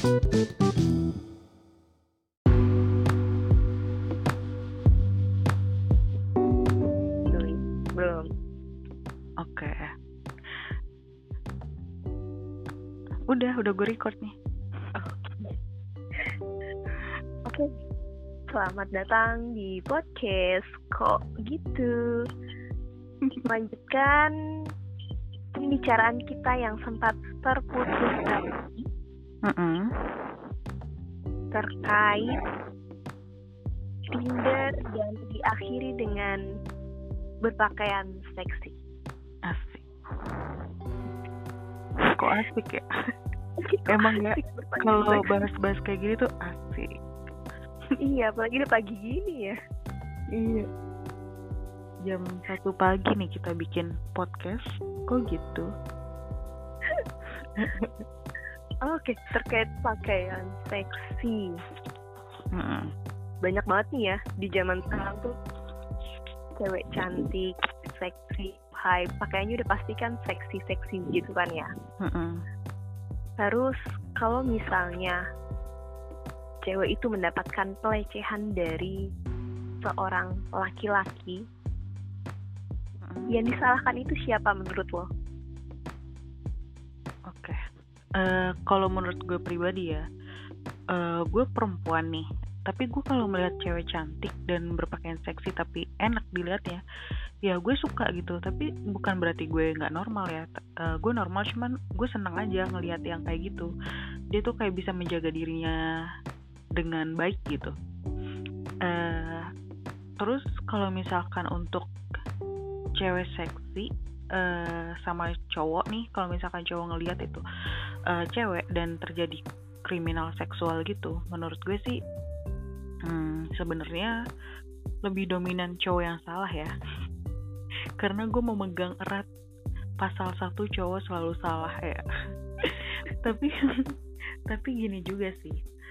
Belum. Oke. Udah gue record nih. Oke. Selamat datang di podcast Kok Gitu. Melanjutkan pembicaraan kita yang sempat terputus tadi terkait Tinder dan diakhiri dengan berpakaian seksi. Asik. Kok asik ya? Emang ya kalau bahas-bahas kayak gini tuh asik. Iya, apalagi udah pagi gini ya. Iya. Jam 1 pagi nih kita bikin podcast. Kok gitu? Oke, terkait pakaian seksi. Banyak banget nih ya di zaman sekarang tuh cewek cantik, seksi, hype, pakaiannya udah pasti kan seksi gitu kan ya. Terus kalau misalnya cewek itu mendapatkan pelecehan dari seorang laki-laki, yang disalahkan itu siapa menurut lo? Oke. Kalau menurut gue pribadi ya, gue perempuan nih. Tapi gue kalau melihat cewek cantik dan berpakaian seksi tapi enak dilihat ya gue suka gitu. Tapi bukan berarti gue nggak normal ya. Gue normal, cuman gue seneng aja ngelihat yang kayak gitu. Dia tuh kayak bisa menjaga dirinya dengan baik gitu. Terus kalau misalkan untuk cewek seksi sama cowok nih, kalau misalkan cowok ngelihat itu cewek dan terjadi kriminal seksual gitu, menurut gue sih sebenarnya lebih dominan cowok yang salah ya. Karena gue memegang erat pasal 1 cowok selalu salah ya. tapi gini juga sih,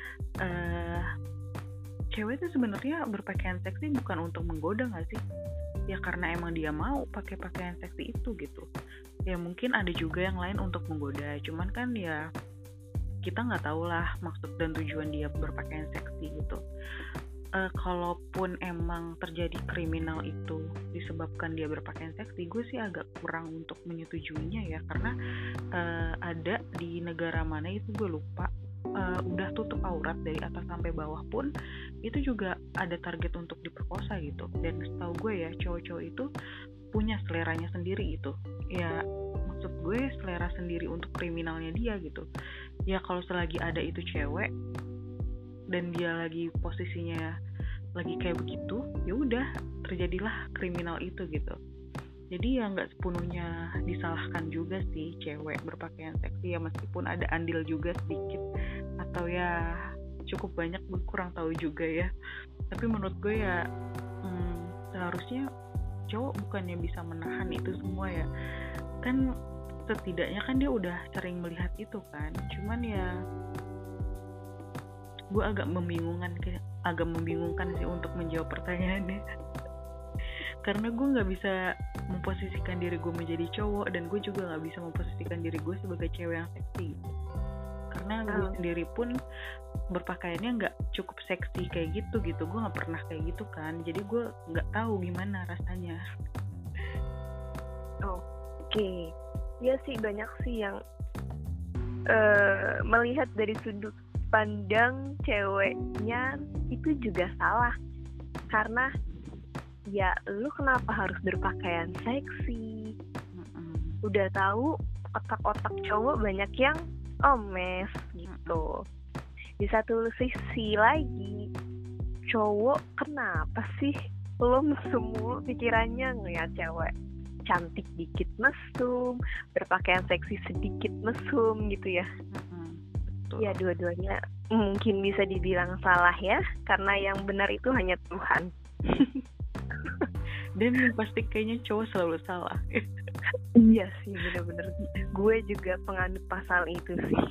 cewek itu sebenarnya berpakaian seksi bukan untuk menggoda nggak sih? Ya karena emang dia mau pakai pakaian seksi itu gitu. Ya mungkin ada juga yang lain untuk menggoda, cuman kan ya kita nggak tahu lah maksud dan tujuan dia berpakaian seksi gitu. Kalaupun emang terjadi kriminal itu disebabkan dia berpakaian seksi, gue sih agak kurang untuk menyetujuinya ya, karena ada di negara mana itu gue lupa, udah tutup aurat dari atas sampai bawah pun itu juga ada target untuk diperkosa gitu. Dan setahu gue ya cowok-cowok itu punya seleranya sendiri gitu ya, maksud gue selera sendiri untuk kriminalnya dia gitu ya. Kalau selagi ada itu cewek dan dia lagi posisinya lagi kayak begitu, ya udah terjadilah kriminal itu gitu. Jadi ya nggak sepenuhnya disalahkan juga sih cewek berpakaian seksi ya, meskipun ada andil juga sedikit atau ya cukup banyak, gue kurang tahu juga ya. Tapi menurut gue ya seharusnya cowok bukannya bisa menahan itu semua ya. Kan setidaknya kan dia udah sering melihat itu kan. Cuman ya gue agak membingungkan sih untuk menjawab pertanyaannya. Karena gue nggak bisa memposisikan diri gue menjadi cowok, dan gue juga nggak bisa memposisikan diri gue sebagai cewek yang seksi. Karena gue sendiri pun berpakaiannya nggak cukup seksi kayak gitu. Gue nggak pernah kayak gitu kan, jadi gue nggak tahu gimana rasanya. Oke, ya sih banyak sih yang melihat dari sudut pandang ceweknya itu juga salah. Karena ya lu kenapa harus berpakaian seksi? Udah tahu otak-otak cowok banyak yang omes gitu. Di satu sisi lagi, cowok kenapa sih lo mesum mulu pikirannya ngeliat cewek cantik dikit mesum, berpakaian seksi sedikit mesum gitu ya. Ya dua-duanya mungkin bisa dibilang salah ya, karena yang benar itu hanya Tuhan. Dan yang pasti kayaknya cowok selalu salah. Iya sih, benar-benar. Gue juga penganut pasal itu sih.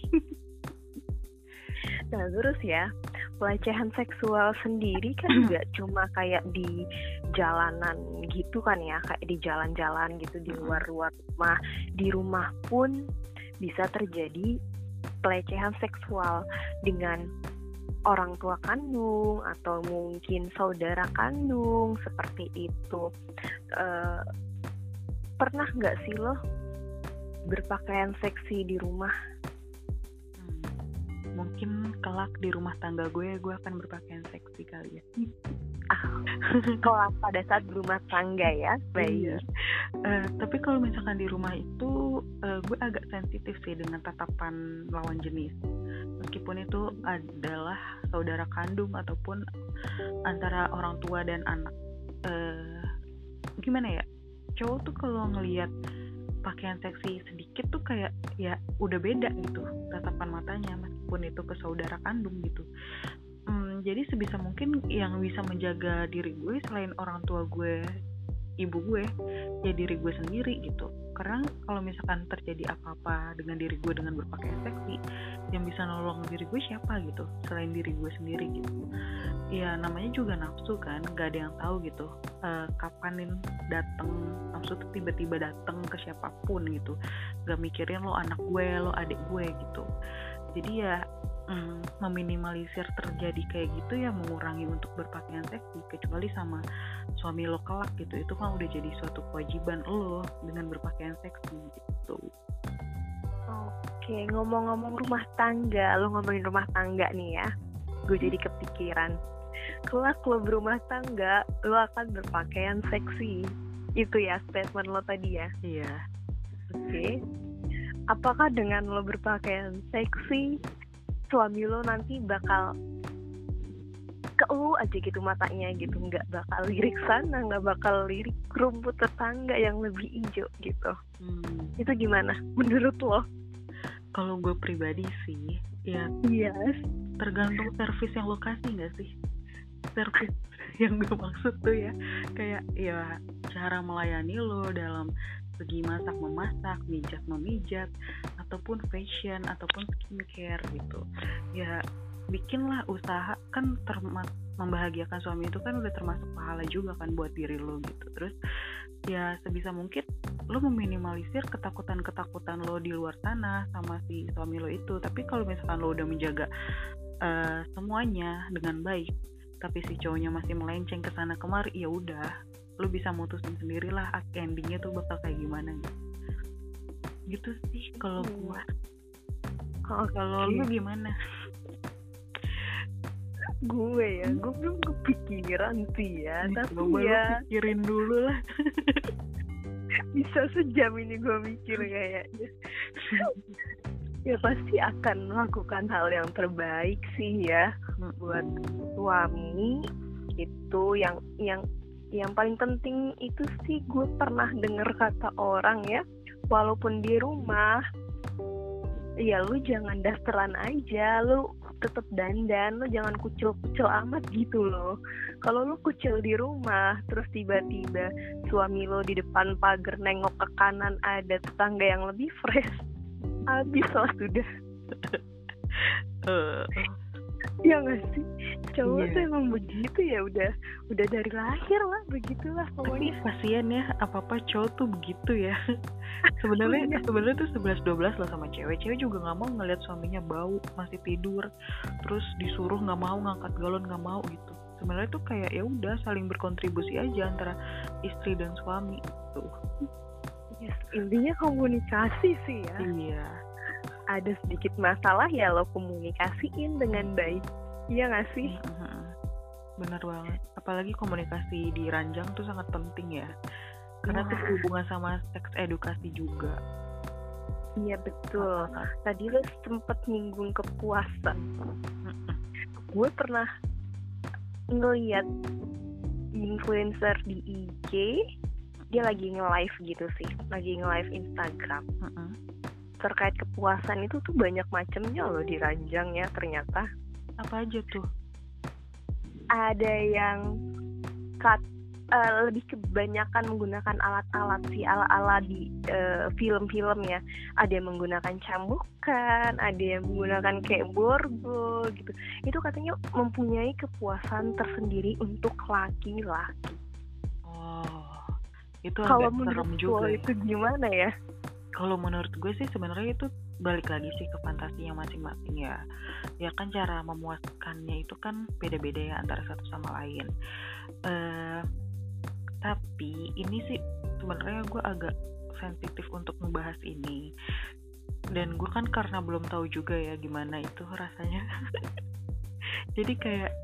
Nah terus ya, pelecehan seksual sendiri kan juga cuma kayak di jalanan gitu kan ya, kayak di jalan-jalan gitu, di luar rumah. Di rumah pun bisa terjadi pelecehan seksual dengan orang tua kandung atau mungkin saudara kandung seperti itu. Pernah nggak sih lo berpakaian seksi di rumah? Mungkin kelak di rumah tangga gue akan berpakaian seksi kali ya. Kalau pada saat berumah tangga ya, baik. Tapi kalau misalkan di rumah itu gue agak sensitif sih dengan tatapan lawan jenis. Meskipun itu adalah saudara kandung ataupun antara orang tua dan anak. Gimana ya? Cowok tuh kalau ngelihat pakaian seksi sedikit tuh kayak ya udah beda gitu tatapan matanya, meskipun itu ke saudara kandung gitu. Jadi sebisa mungkin yang bisa menjaga diri gue selain orang tua gue, ibu gue, ya diri gue sendiri gitu. Karena kalau misalkan terjadi apa-apa dengan diri gue dengan berpakaian seksi, yang bisa nolong diri gue siapa gitu selain diri gue sendiri gitu. Ya namanya juga nafsu kan, gak ada yang tahu gitu kapanin dateng nafsu tuh tiba-tiba dateng ke siapapun gitu, gak mikirin lo anak gue, lo adik gue gitu. Jadi ya meminimalisir terjadi kayak gitu ya, mengurangi untuk berpakaian seksi, kecuali sama suami lo kelak gitu, itu kan udah jadi suatu kewajiban lo dengan berpakaian seksi gitu. Oke, ngomong-ngomong rumah tangga, lo ngomongin rumah tangga nih ya, gue jadi kepikiran. Kelak lo berumah tangga, lo akan berpakaian seksi. Itu ya statement lo tadi ya? Iya. Oke. Apakah dengan lo berpakaian seksi, suami lo nanti bakal ke lo aja gitu matanya gitu, nggak bakal lirik sana, nggak bakal lirik rumput tetangga yang lebih hijau gitu? Itu gimana menurut lo? Kalau gue pribadi sih, ya Yes. tergantung servis yang lo kasih nggak sih? Servis yang gue maksud tuh ya, kayak ya cara melayani lo dalam segi masak memasak, mijat memijat, ataupun fashion, ataupun skincare gitu. Ya bikinlah usaha, kan membahagiakan suami itu kan udah termasuk pahala juga kan buat diri lo gitu. Terus ya sebisa mungkin lo meminimalisir ketakutan lo di luar sana sama si suami lo itu. Tapi kalau misalkan lo udah menjaga semuanya dengan baik, tapi si cowoknya masih melenceng ke sana kemari, ya udah lo bisa mutusin sendirilah endingnya tuh bakal kayak gimana gitu sih kalau gue. Kalau lo gimana? Gue belum kepikiran sih ya, tapi ya pikirin dulu lah. Bisa sejam ini gue mikir kayaknya. Ya pasti akan melakukan hal yang terbaik sih ya buat suami. Itu yang paling penting itu sih, gue pernah dengar kata orang ya, walaupun di rumah ya lu jangan dasteran aja, lu tetap dandan, lu jangan kucil-kucil amat gitu loh. Kalau lu kucil di rumah terus tiba-tiba suami lo di depan pagar nengok ke kanan ada tetangga yang lebih fresh, habis lah sudah. Ya nggak sih, cowok tuh emang begitu ya, udah dari lahir lah begitulah pokoknya. Tapi kasian ya, apa cowok tuh begitu ya. Sebenarnya tuh 11-12 lah sama cewek juga nggak mau ngeliat suaminya bau masih tidur, terus disuruh nggak mau ngangkat galon, nggak mau gitu. Sebenarnya tuh kayak ya udah saling berkontribusi aja antara istri dan suami gitu. Yes, intinya komunikasi sih ya. Iya. Ada sedikit masalah ya lo komunikasiin dengan baik, iya nggak sih? Benar banget. Apalagi komunikasi di ranjang tuh sangat penting ya, karena itu hubungan sama seks edukasi juga. Iya betul. Tadi lo sempet nyinggung kepuasan. Gue pernah ngeliat influencer di IG, dia lagi nge-live gitu sih, lagi nge-live Instagram. Terkait kepuasan itu tuh banyak macamnya loh di ranjang ya ternyata. Apa aja tuh? Ada yang lebih kebanyakan menggunakan alat-alat sih, ala-ala di film-film ya. Ada yang menggunakan cambukan, ada yang menggunakan kayak borgol gitu. Itu katanya mempunyai kepuasan tersendiri untuk laki-laki. Oh, itu kalau agak serem juga. Kalau itu gimana ya? Kalau menurut gue sih sebenarnya itu balik lagi sih ke fantasinya masing-masing ya. Ya kan cara memuaskannya itu kan beda-beda ya antara satu sama lain. Tapi ini sih sebenarnya gue agak sensitif untuk membahas ini. Dan gue kan karena belum tahu juga ya gimana itu rasanya. Jadi kayak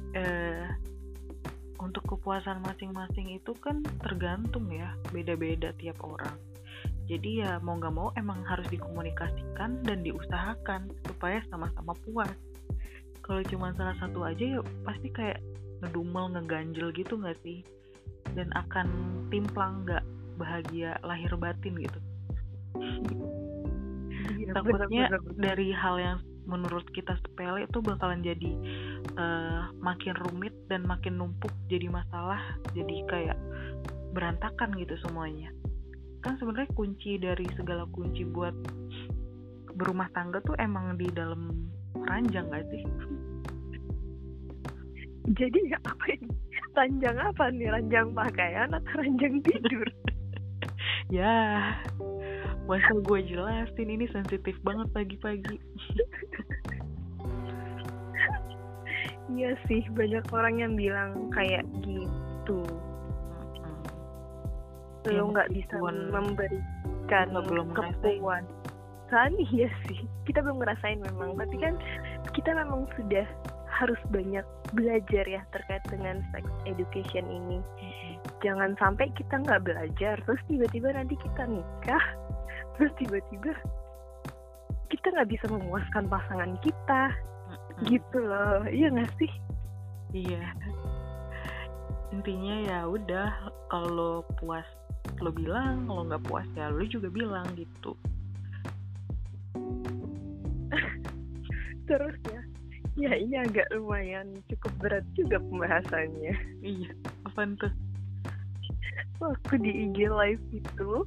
untuk kepuasan masing-masing itu kan tergantung ya, beda-beda tiap orang. Jadi ya mau gak mau emang harus dikomunikasikan dan diusahakan supaya sama-sama puas. Kalau cuma salah satu aja ya pasti kayak ngedumel, ngeganjel gitu gak sih? Dan akan timplang gak bahagia lahir batin gitu. Takutnya dari hal yang menurut kita sepele itu bakalan jadi makin rumit dan makin numpuk jadi masalah, jadi kayak berantakan gitu semuanya. Kan sebenarnya kunci dari segala kunci buat berumah tangga tuh emang di dalam ranjang gak sih? Jadi apa ini? Ranjang apa nih? Ranjang pakaian atau ranjang tidur? Ya, masa gue jelasin, ini sensitif banget pagi-pagi. Iya sih, banyak orang yang bilang kayak gitu. Lo nggak bisa memberikan kepuasan. Iya sih, kita belum ngerasain memang, tapi kan kita memang sudah harus banyak belajar ya terkait dengan sex education ini. Jangan sampai kita nggak belajar terus tiba-tiba nanti kita nikah, terus tiba-tiba kita nggak bisa memuaskan pasangan kita. Gitu loh, iya nggak sih? Iya, intinya ya udah, kalau lo puas lo bilang, kalau nggak puas ya lo juga bilang gitu. Terus ya ini agak lumayan cukup berat juga pembahasannya. Iya, apaan tuh? Waktu di IG live itu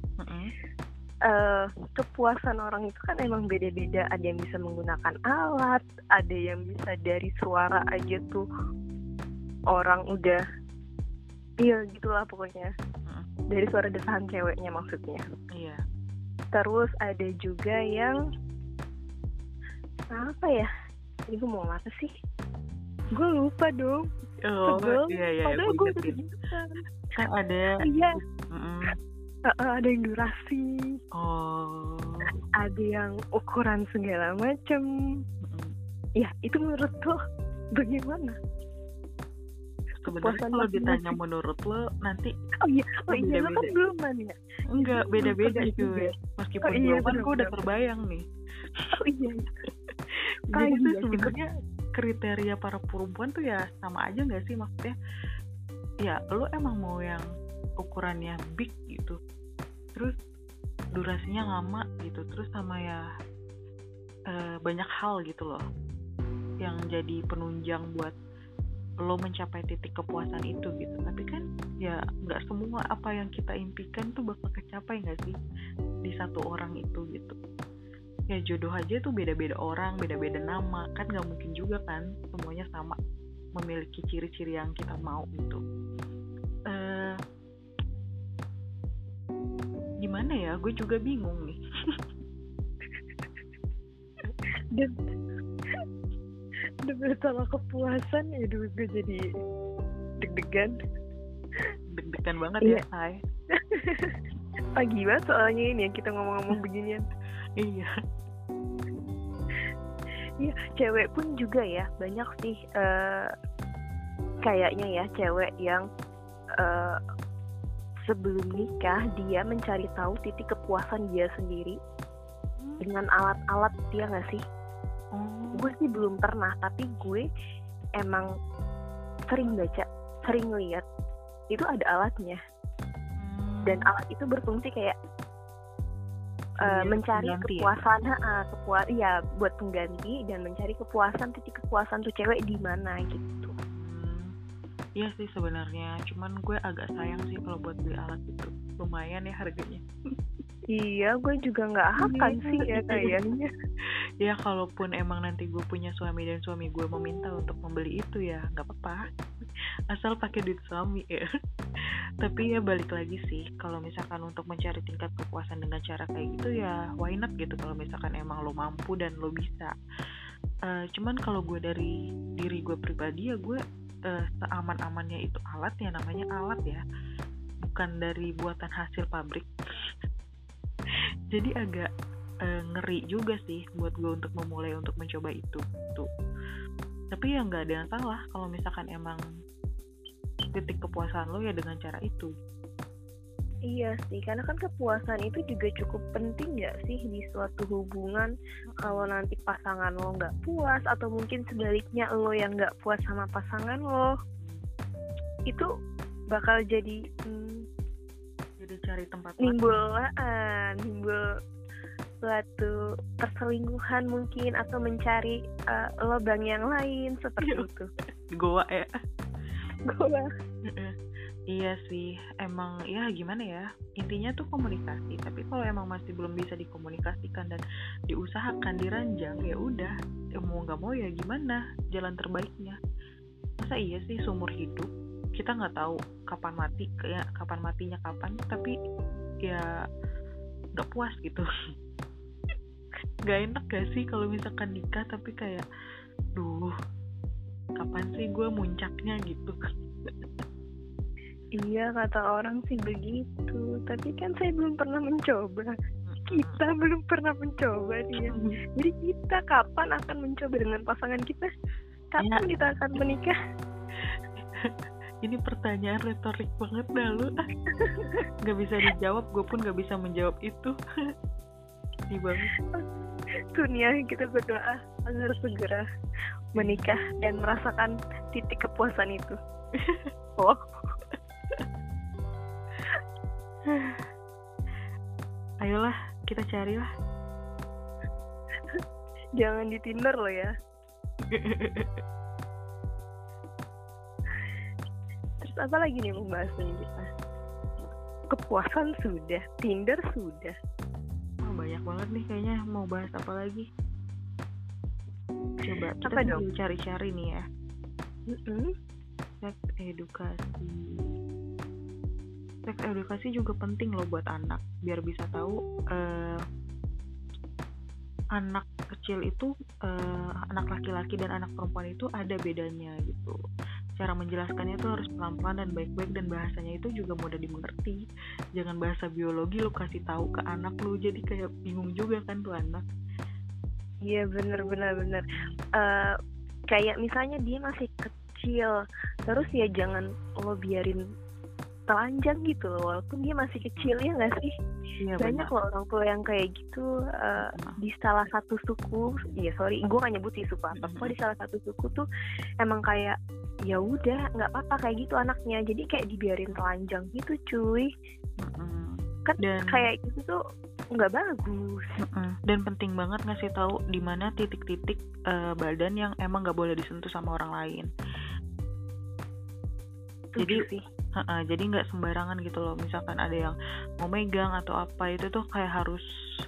kepuasan orang itu kan emang beda-beda. Ada yang bisa menggunakan alat, ada yang bisa dari suara aja tuh orang udah, iya gitulah pokoknya. Dari suara desahan ceweknya maksudnya. Iya. Terus ada juga yang apa ya? Ini gue mau apa sih? Gue lupa dong. Oh iya. Padahal gue udah kan ada. Iya. Ada yang durasi. Oh. Ada yang ukuran segala macam. Ya itu menurut lo bagaimana? Sebenarnya kalau ditanya menurut lo nanti. Oh iya lo kan belum nanya. Enggak, beda-beda cuy. Meskipun belum kan gue udah terbayang nih. Oh iya. Jadi tuh sebenarnya kriteria para perempuan tuh ya sama aja nggak sih, maksudnya? Ya lo emang mau yang ukurannya big gitu, terus durasinya lama gitu, terus sama ya banyak hal gitu loh yang jadi penunjang buat lo mencapai titik kepuasan itu gitu. Tapi kan ya nggak semua apa yang kita impikan tuh bakal kecapai nggak sih di satu orang itu gitu. Ya jodoh aja tuh beda-beda orang, beda-beda nama, kan nggak mungkin juga kan semuanya sama memiliki ciri-ciri yang kita mau gitu. Gimana ya, gue juga bingung nih. Dan masalah kepuasan ya gue jadi deg-degan banget ya, Say. Pagi banget soalnya ini ya kita ngomong-ngomong beginian. Iya. Iya, cewek pun juga ya banyak sih kayaknya ya cewek yang sebelum nikah dia mencari tahu titik kepuasan dia sendiri dengan alat-alat, dia nggak sih? Gue sih belum pernah, tapi gue emang sering baca, sering lihat itu ada alatnya. Dan alat itu berfungsi kayak mencari kepuasan, ya buat pengganti dan mencari kepuasan, titik kepuasan tuh cewek di mana gitu. Iya sih sebenarnya, cuman gue agak sayang sih kalau buat beli alat itu, lumayan ya harganya. Iya, gue juga nggak akan sih ya kayaknya. Ya kalaupun emang nanti gue punya suami dan suami gue meminta untuk membeli itu ya nggak apa-apa, asal pakai duit suami ya. Tapi ya balik lagi sih, kalau misalkan untuk mencari tingkat kepuasan dengan cara kayak gitu ya why not gitu, kalau misalkan emang lo mampu dan lo bisa. Cuman kalau gue dari diri gue pribadi ya gue seaman-amannya itu alat ya, namanya alat ya, bukan dari buatan hasil pabrik. Jadi agak ngeri juga sih buat gue untuk memulai untuk mencoba itu tuh. Tapi ya nggak ada yang salah kalau misalkan emang titik kepuasan lo ya dengan cara itu. Iya sih, karena kan kepuasan itu juga cukup penting nggak sih di suatu hubungan. Kalau nanti pasangan lo nggak puas, atau mungkin sebaliknya lo yang nggak puas sama pasangan lo, itu bakal jadi cari tempat nimbul suatu perselingkuhan mungkin, atau mencari lubang yang lain seperti itu. Goa ya. Goa. Iya sih, emang ya gimana ya, intinya tuh komunikasi. Tapi kalau emang masih belum bisa dikomunikasikan dan diusahakan, diranjang, ya udah, ya mau nggak mau ya gimana jalan terbaiknya. Masa iya sih seumur hidup kita nggak tahu kapan mati, kayak kapan matinya kapan, tapi ya nggak puas gitu. Nggak enak gak sih kalau misalkan nikah tapi kayak, duh, kapan sih gue muncaknya gitu. Iya, kata orang sih begitu, tapi kan saya belum pernah mencoba. Kita belum pernah mencoba dia. Jadi kita kapan akan mencoba dengan pasangan kita? Kapan kita akan menikah? Ini pertanyaan retorik banget dah lu. Gak bisa dijawab, gue pun gak bisa menjawab itu. Sedih banget. Dunia kita berdoa agar segera menikah dan merasakan titik kepuasan itu. Oh. Ayolah, kita carilah. Jangan di Tinder lo ya. Terus apa lagi nih membahasnya kita? Kepuasan sudah, Tinder sudah. Banyak banget nih kayaknya, mau bahas apa lagi? Coba kita sambil cari-cari nih ya. Seks edukasi. Seks edukasi juga penting loh buat anak, biar bisa tahu anak kecil itu, anak laki-laki dan anak perempuan itu ada bedanya gitu. Cara menjelaskannya itu harus pelan-pelan dan baik-baik, dan bahasanya itu juga mudah dimengerti. Jangan bahasa biologi lu kasih tahu ke anak lu, jadi kayak bingung juga kan tuh anak. Iya, bener. Kayak misalnya dia masih kecil, terus ya jangan lo biarin telanjang gitu loh, walaupun dia masih kecil, ya nggak sih? Iya, banyak loh orang tua yang kayak gitu. Di salah satu suku, gue nggak nyebut di suku apa, di salah satu suku tuh emang kayak ya udah nggak apa-apa kayak gitu anaknya, jadi kayak dibiarin telanjang gitu cuy. Kan dan kayak gitu tuh nggak bagus. Dan penting banget ngasih tahu di mana titik-titik badan yang emang nggak boleh disentuh sama orang lain. Jadi nggak sembarangan gitu loh, misalkan ada yang mau megang atau apa, itu tuh kayak harus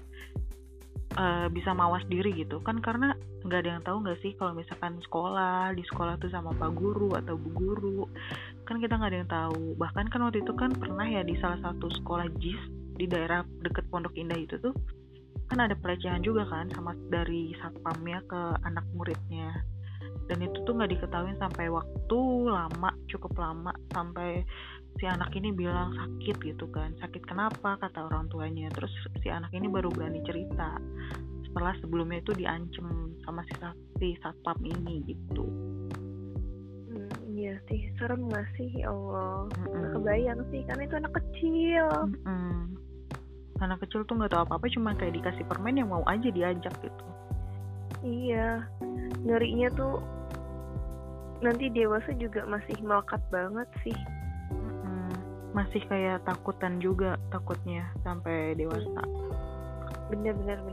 bisa mawas diri gitu kan, karena nggak ada yang tahu nggak sih kalau misalkan di sekolah tuh sama pak guru atau bu guru, kan kita nggak ada yang tahu. Bahkan kan waktu itu kan pernah ya di salah satu sekolah JIS di daerah deket Pondok Indah itu tuh kan ada pelecehan juga kan, sama dari satpamnya ke anak muridnya. Dan itu tuh nggak diketahui sampai waktu cukup lama, sampai si anak ini bilang sakit gitu kan. Sakit kenapa, kata orang tuanya. Terus si anak ini baru berani cerita setelah sebelumnya itu diancem sama si satpam ini gitu. Iya sih, serem nggak sih? Ya Allah, nggak kebayang sih, karena itu anak kecil. Anak kecil tuh nggak tahu apa-apa, cuma kayak dikasih permen yang mau aja diajak gitu. Iya, ngerinya tuh nanti dewasa juga masih melekat banget sih. Masih kayak takutan juga takutnya sampai dewasa. Bener.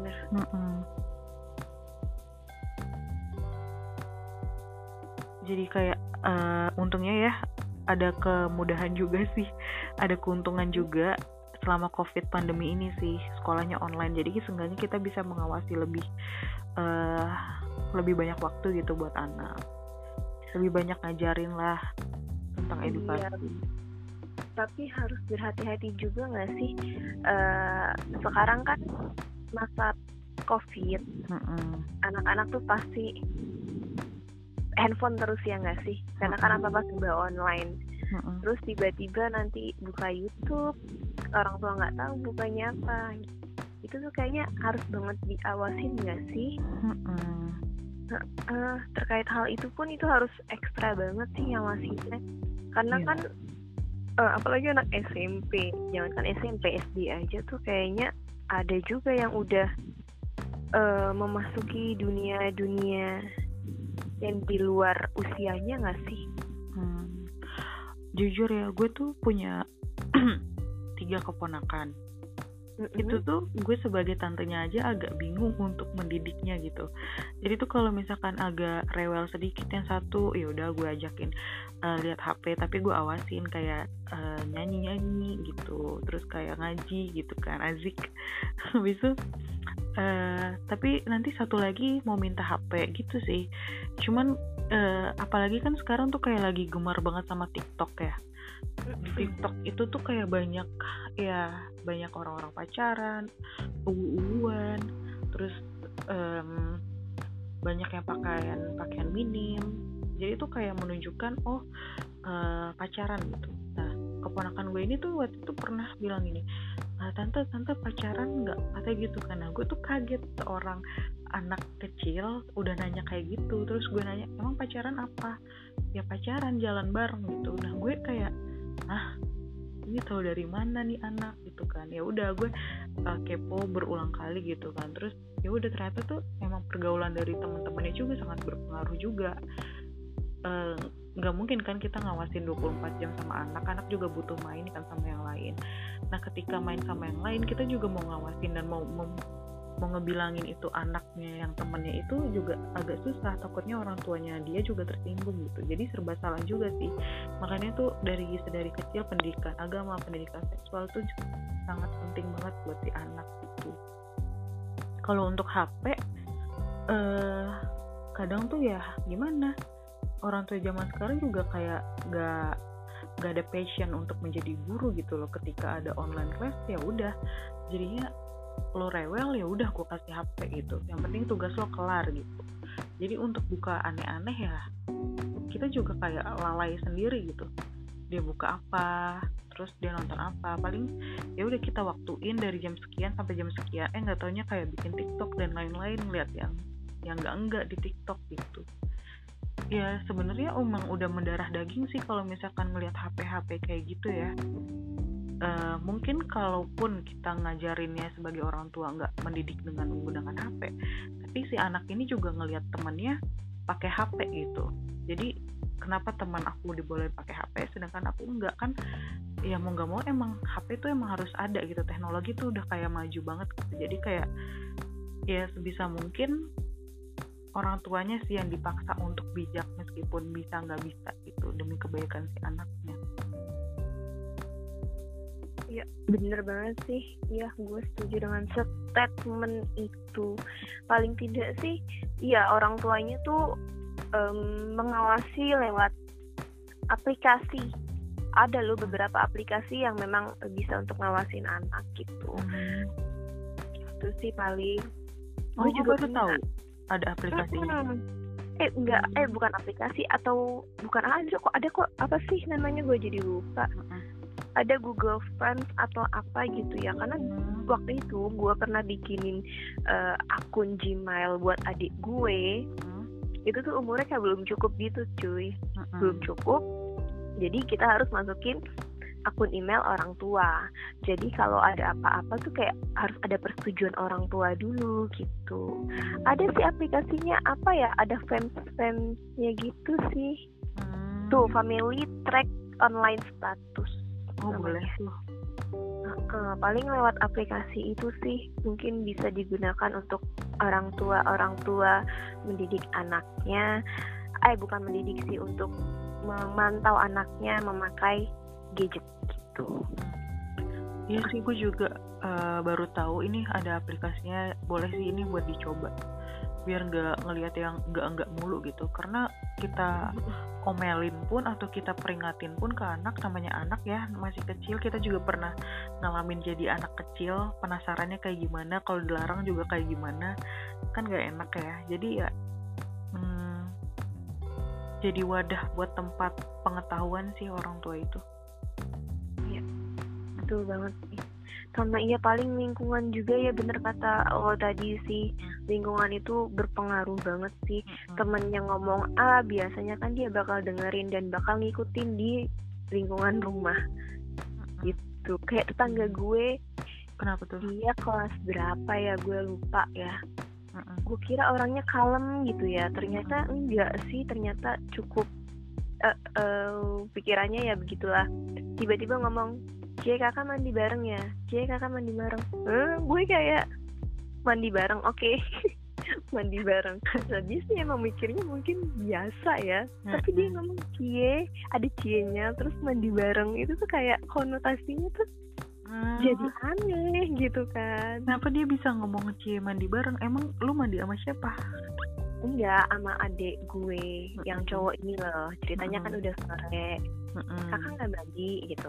Jadi kayak untungnya ya ada kemudahan juga sih, ada keuntungan juga. selama COVID pandemi ini sih, sekolahnya online. Jadi seenggaknya kita bisa mengawasi lebih banyak waktu gitu buat anak. Lebih banyak ngajarin lah tentang edukasi. Tapi harus berhati-hati juga nggak sih? Sekarang kan masa COVID, anak-anak tuh pasti handphone terus ya nggak sih? Karena kan apa-apa serba online. Terus tiba-tiba nanti buka YouTube, orang tua nggak tahu bukanya apa. Itu tuh kayaknya harus banget diawasin nggak sih? Terkait hal itu pun itu harus ekstra banget sih ngawasinnya. Karena kan apalagi anak SMP, jangan kan SMP, SD aja tuh kayaknya ada juga yang udah memasuki dunia yang di luar usianya nggak sih? Jujur ya, gue tuh punya 3 keponakan. Itu tuh gue sebagai tantenya aja agak bingung untuk mendidiknya gitu. Jadi tuh kalau misalkan agak rewel sedikit yang satu, ya udah gue ajakin lihat HP, tapi gue awasin kayak nyanyi gitu, terus kayak ngaji gitu kan, azik. Habis itu tapi nanti satu lagi mau minta HP gitu sih. Cuman apalagi kan sekarang tuh kayak lagi gemar banget sama TikTok ya. Di TikTok itu tuh kayak banyak orang-orang pacaran, uwan, terus banyak yang pakaian minim. Jadi tuh kayak menunjukkan pacaran gitu. Nah, keponakan gue ini tuh waktu itu pernah bilang gini, tante pacaran nggak, katanya gitu kan. Nah, gue tuh kaget, seorang anak kecil udah nanya kayak gitu. Terus gue nanya, emang pacaran apa? Ya pacaran, jalan bareng gitu. Nah, gue kayak ini tahu dari mana nih anak gitu kan. Ya udah gue kepo berulang kali gitu kan. Terus ya udah ternyata tuh emang pergaulan dari teman-temannya juga sangat berpengaruh juga. Nggak mungkin kan kita ngawasin 24 jam sama anak juga butuh main kan sama yang lain. Nah, ketika main sama yang lain, kita juga mau ngawasin dan mau ngebilangin itu anaknya yang temennya itu juga agak susah, takutnya orang tuanya dia juga tersinggung gitu. Jadi serba salah juga sih. Makanya tuh dari kecil pendidikan agama, pendidikan seksual tuh sangat penting banget buat si anak gitu. Kalau untuk HP kadang tuh ya gimana, orang tua zaman sekarang juga kayak gak ada passion untuk menjadi guru gitu loh. Ketika ada online class ya udah, jadinya lo rewel ya udah gue kasih HP gitu, yang penting tugas lo kelar gitu. Jadi untuk buka aneh-aneh ya kita juga kayak lalai sendiri gitu. Dia buka apa, terus dia nonton apa, paling ya udah kita waktuin dari jam sekian sampai jam sekian. Nggak taunya kayak bikin TikTok dan lain-lain, lihat yang enggak di TikTok gitu. Ya sebenarnya emang udah mendarah daging sih kalau misalkan melihat HP kayak gitu ya. Mungkin kalaupun kita ngajarinnya sebagai orang tua nggak mendidik dengan menggunakan HP, tapi si anak ini juga ngelihat temannya pakai HP gitu. Jadi kenapa teman aku dibolehin pakai HP sedangkan aku enggak kan? Ya mau nggak mau emang HP itu emang harus ada gitu. Teknologi tuh udah kayak maju banget gitu. Jadi kayak ya sebisa mungkin orang tuanya sih yang dipaksa untuk bijak meskipun bisa nggak bisa gitu, demi kebaikan si anaknya. Ya bener banget sih. Ya gue setuju dengan statement itu. Paling tidak sih ya orang tuanya tuh mengawasi lewat aplikasi. Ada loh beberapa aplikasi yang memang bisa untuk ngawasin anak gitu. Itu sih paling. Gue juga tahu ada aplikasinya. Bukan aplikasi, atau bukan ada kok apa sih namanya, gue jadi lupa. Ada Google Friends atau apa gitu ya, karena waktu itu gue pernah bikinin akun Gmail buat adik gue. Itu tuh umurnya kayak belum cukup gitu cuy. Belum cukup, jadi kita harus masukin akun email orang tua. Jadi kalau ada apa-apa tuh kayak harus ada persetujuan orang tua dulu gitu. Ada sih aplikasinya, apa ya, ada fans-fansnya gitu sih. Tuh, Family Track Online Status. Boleh tuh. Paling lewat aplikasi itu sih mungkin bisa digunakan untuk orang tua mendidik anaknya. Bukan mendidik sih, untuk memantau anaknya memakai gadget gitu. Iya sih, gue juga baru tahu ini ada aplikasinya, boleh sih ini buat dicoba biar nggak ngelihat yang enggak mulu gitu, karena kita omelin pun atau kita peringatin pun ke anak, namanya anak ya masih kecil, kita juga pernah ngalamin jadi anak kecil, penasarannya kayak gimana, kalau dilarang juga kayak gimana, kan nggak enak ya. Jadi ya jadi wadah buat tempat pengetahuan sih orang tua itu. Iya, betul banget sih. Sama iya paling lingkungan juga ya, bener kata lo tadi sih, lingkungan itu berpengaruh banget sih. Temen yang ngomong A biasanya kan dia bakal dengerin dan bakal ngikutin di lingkungan rumah gitu. Kayak tetangga gue, Kenapa tuh? dia kelas berapa ya, gue lupa ya. Gue kira orangnya kalem gitu ya, ternyata enggak sih, ternyata cukup pikirannya ya begitulah. Tiba-tiba ngomong, "C, kakak mandi bareng ya? C, kakak mandi bareng." Gue kayak, mandi bareng, oke. Mandi bareng. Nah, dia sih emang mikirnya mungkin biasa ya, tapi dia ngomong cie, ada cie-nya, terus mandi bareng, itu tuh kayak konotasinya tuh jadi aneh gitu kan. Kenapa dia bisa ngomong cie mandi bareng? Emang lu mandi sama siapa? Enggak, sama adik gue yang cowok ini loh. Ceritanya kan udah sore, kakak nggak mandi gitu.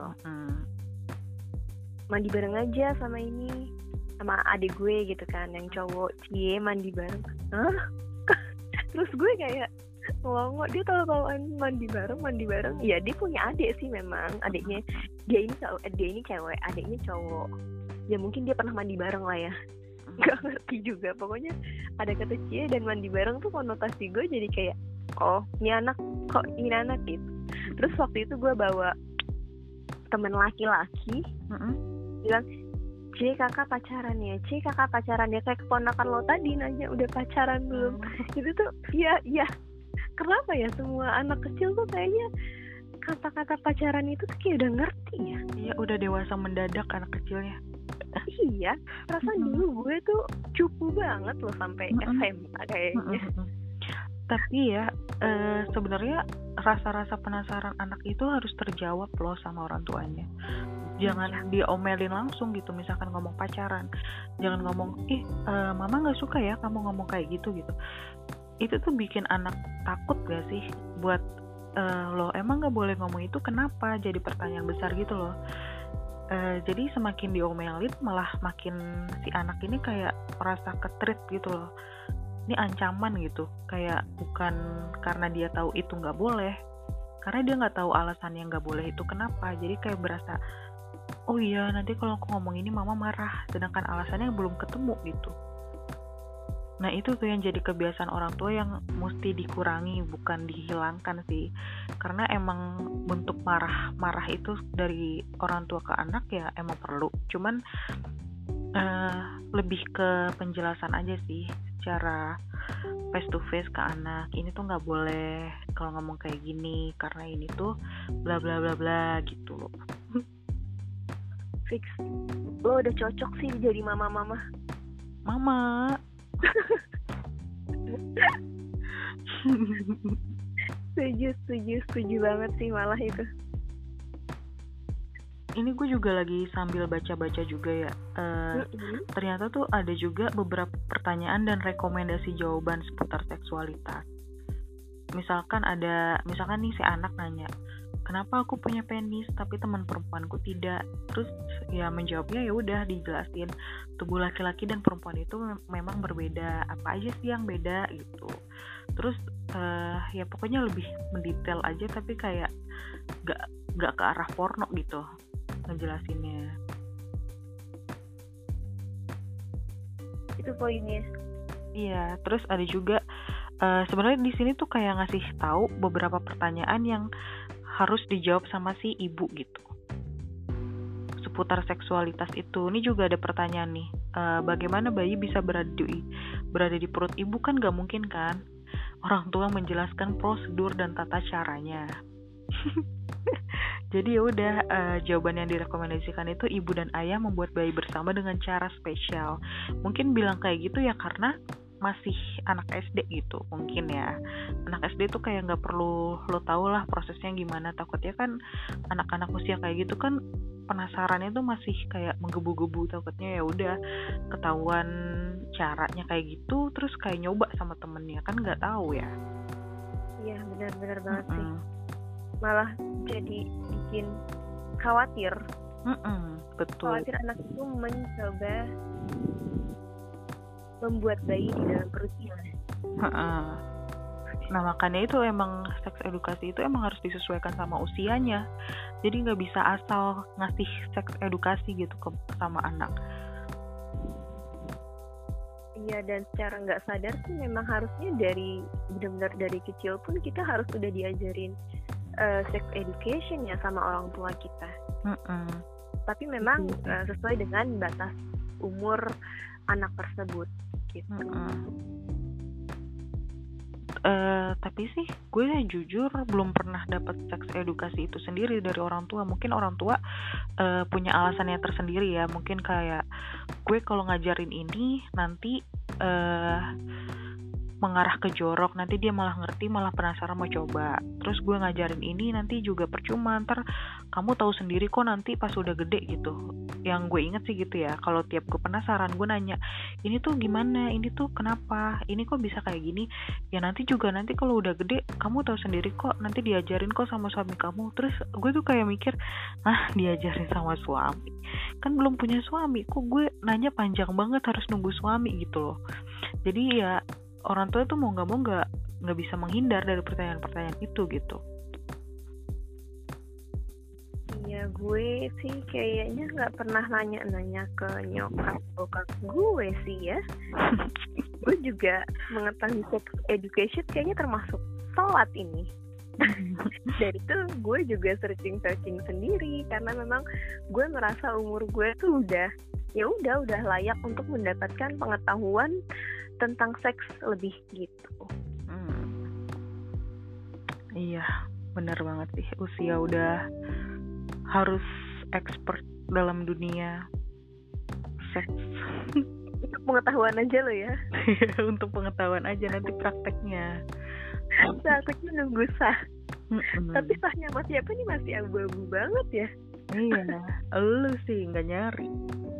Mandi bareng aja sama ini, sama adik gue gitu kan, yang cowok. Cie, mandi bareng. Hah? Terus gue kayak ngelongo, dia tahu-tahuan mandi bareng. Ya dia punya adik sih memang, adiknya dia ini cewek, adiknya cowok. Ya mungkin dia pernah mandi bareng lah ya. Gak ngerti juga, pokoknya ada kata cie dan mandi bareng tuh konotasi gue jadi kayak, oh ini anak gitu. Terus waktu itu gue bawa temen laki-laki, bilang, "C, kakak pacaran ya, C, kakak pacaran ya," kayak keponakan lo tadi nanya udah pacaran belum. Itu tuh ya kenapa ya semua anak kecil tuh kayaknya kata-kata pacaran itu tuh kayak udah ngerti ya. Iya, udah dewasa mendadak anak kecilnya. Iya, perasaan dulu gue tuh cupu banget loh sampai SMA kayaknya. Tapi ya sebenarnya rasa-rasa penasaran anak itu harus terjawab loh sama orang tuanya. Jangan diomelin langsung gitu, misalkan ngomong pacaran, jangan ngomong mama nggak suka ya kamu ngomong kayak gitu. Itu tuh bikin anak takut gak sih buat loh emang nggak boleh ngomong itu, kenapa, jadi pertanyaan besar gitu loh. Jadi semakin diomelin malah makin si anak ini kayak merasa ketreat gitu loh, ini ancaman gitu, kayak bukan karena dia tahu itu nggak boleh, karena dia nggak tahu alasan yang nggak boleh itu kenapa. Jadi kayak berasa, oh iya nanti kalau aku ngomong ini mama marah, sedangkan alasannya belum ketemu gitu. Nah itu tuh yang jadi kebiasaan orang tua yang mesti dikurangi, bukan dihilangkan sih. Karena emang bentuk marah itu dari orang tua ke anak ya emang perlu. Cuman lebih ke penjelasan aja sih, secara face to face ke anak. Ini tuh nggak boleh kalau ngomong kayak gini, karena ini tuh bla bla bla bla gitu loh. Fix, lo udah cocok sih jadi mama. Setuju banget sih malah itu. Ini gue juga lagi sambil baca-baca juga ya. Ternyata tuh ada juga beberapa pertanyaan dan rekomendasi jawaban seputar seksualitas. Misalkan nih si anak nanya, kenapa aku punya penis tapi teman perempuanku tidak? Terus ya menjawabnya ya udah dijelasin, tubuh laki-laki dan perempuan itu memang berbeda, apa aja sih yang beda gitu. Terus ya pokoknya lebih mendetail aja, tapi kayak gak ke arah porno gitu ngejelasinnya. Itu poinnya. Iya, terus ada juga sebenarnya di sini tuh kayak ngasih tahu beberapa pertanyaan yang harus dijawab sama si ibu gitu seputar seksualitas itu. Ini juga ada pertanyaan nih, bagaimana bayi bisa berada di perut ibu? Kan gak mungkin kan orang tua menjelaskan prosedur dan tata caranya. Jadi ya udah, jawaban yang direkomendasikan itu ibu dan ayah membuat bayi bersama dengan cara spesial. Mungkin bilang kayak gitu ya karena masih anak SD gitu mungkin ya. Anak SD tuh kayak nggak perlu lo tau lah prosesnya gimana. Takutnya kan anak-anak usia kayak gitu kan penasarannya tuh masih kayak menggebu-gebu, takutnya ya udah ketahuan caranya kayak gitu terus kayak nyoba sama temennya, kan nggak tahu ya. Iya, benar-benar banget sih. Mm-mm. Malah jadi bikin khawatir. Betul. Khawatir anak itu mencoba membuat bayi di dalam perutnya. Nah makanya itu emang seks edukasi itu emang harus disesuaikan sama usianya. Jadi nggak bisa asal ngasih seks edukasi gitu sama anak. Iya, dan secara nggak sadar sih memang harusnya dari benar-benar dari kecil pun kita harus udah diajarin sex education ya sama orang tua kita. Tapi memang sesuai dengan batas umur anak tersebut gitu. Tapi sih gue jujur belum pernah dapat seks edukasi itu sendiri dari orang tua. Mungkin orang tua punya alasannya tersendiri ya. Mungkin kayak gue kalau ngajarin ini nanti mengarah ke jorok, nanti dia malah ngerti, malah penasaran mau coba. Terus gue ngajarin ini nanti juga percuma, ntar kamu tahu sendiri kok nanti pas udah gede gitu. Yang gue inget sih gitu ya, kalau tiap gue penasaran gue nanya, ini tuh gimana, ini tuh kenapa, ini kok bisa kayak gini, ya nanti kalau udah gede kamu tahu sendiri kok, nanti diajarin kok sama suami kamu. Terus gue tuh kayak mikir, diajarin sama suami, kan belum punya suami, kok gue nanya panjang banget harus nunggu suami gitu loh. Jadi ya orang tua tuh mau nggak bisa menghindar dari pertanyaan-pertanyaan itu gitu. Iya, gue sih kayaknya nggak pernah nanya-nanya ke nyokap bokap gue sih ya. Gue juga mengetahui sex education kayaknya termasuk sholat ini. Dari itu gue juga searching sendiri karena memang gue merasa umur gue tuh udah layak untuk mendapatkan pengetahuan tentang seks lebih gitu. Iya, benar banget sih. Usia udah harus expert dalam dunia seks. Untuk pengetahuan aja lo ya. Untuk pengetahuan aja, nanti prakteknya. Prakteknya nunggu sah. Tapi sahnya masih apa nih, masih abu-abu banget ya. Iya, lu sih nggak nyari.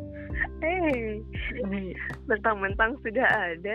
Mentang-mentang sudah ada.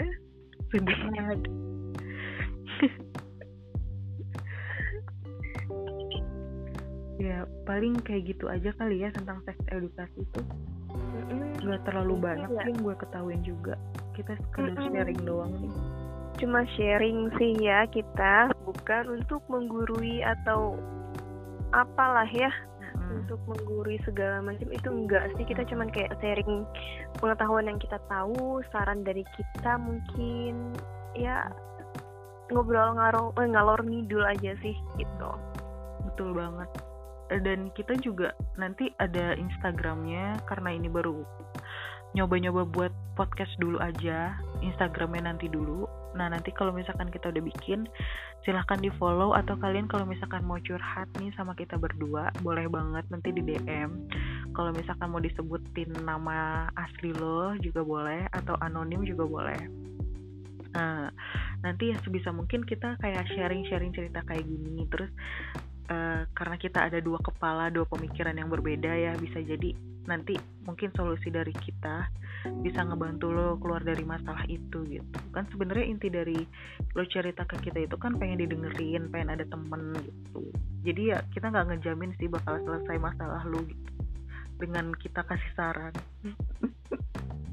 Ya paling kayak gitu aja kali ya tentang seks edukasi itu. Gak terlalu banyak sih yang gue ketahuin juga. Kita sekedar sharing doang nih. Cuma sharing sih ya kita, bukan untuk menggurui atau apalah ya. Untuk menggurui segala macam itu enggak sih. Kita cuman kayak sharing pengetahuan yang kita tahu, saran dari kita mungkin ya, ngobrol ngalor ngidul aja sih gitu. Betul banget. Dan kita juga nanti ada Instagramnya, karena ini baru nyoba-nyoba buat podcast dulu aja, Instagramnya nanti dulu. Nah nanti kalau misalkan kita udah bikin, silahkan di follow, atau kalian kalau misalkan mau curhat nih sama kita berdua, boleh banget nanti di DM. Kalau misalkan mau disebutin nama asli lo juga boleh, atau anonim juga boleh. Nah nanti ya sebisa mungkin kita kayak sharing-sharing cerita kayak gini. Terus karena kita ada dua kepala, dua pemikiran yang berbeda ya, bisa jadi nanti mungkin solusi dari kita bisa ngebantu lo keluar dari masalah itu gitu. Kan sebenarnya inti dari lo cerita ke kita itu kan pengen didengerin, pengen ada temen gitu. Jadi ya kita nggak ngejamin sih bakal selesai masalah lo gitu dengan kita kasih saran.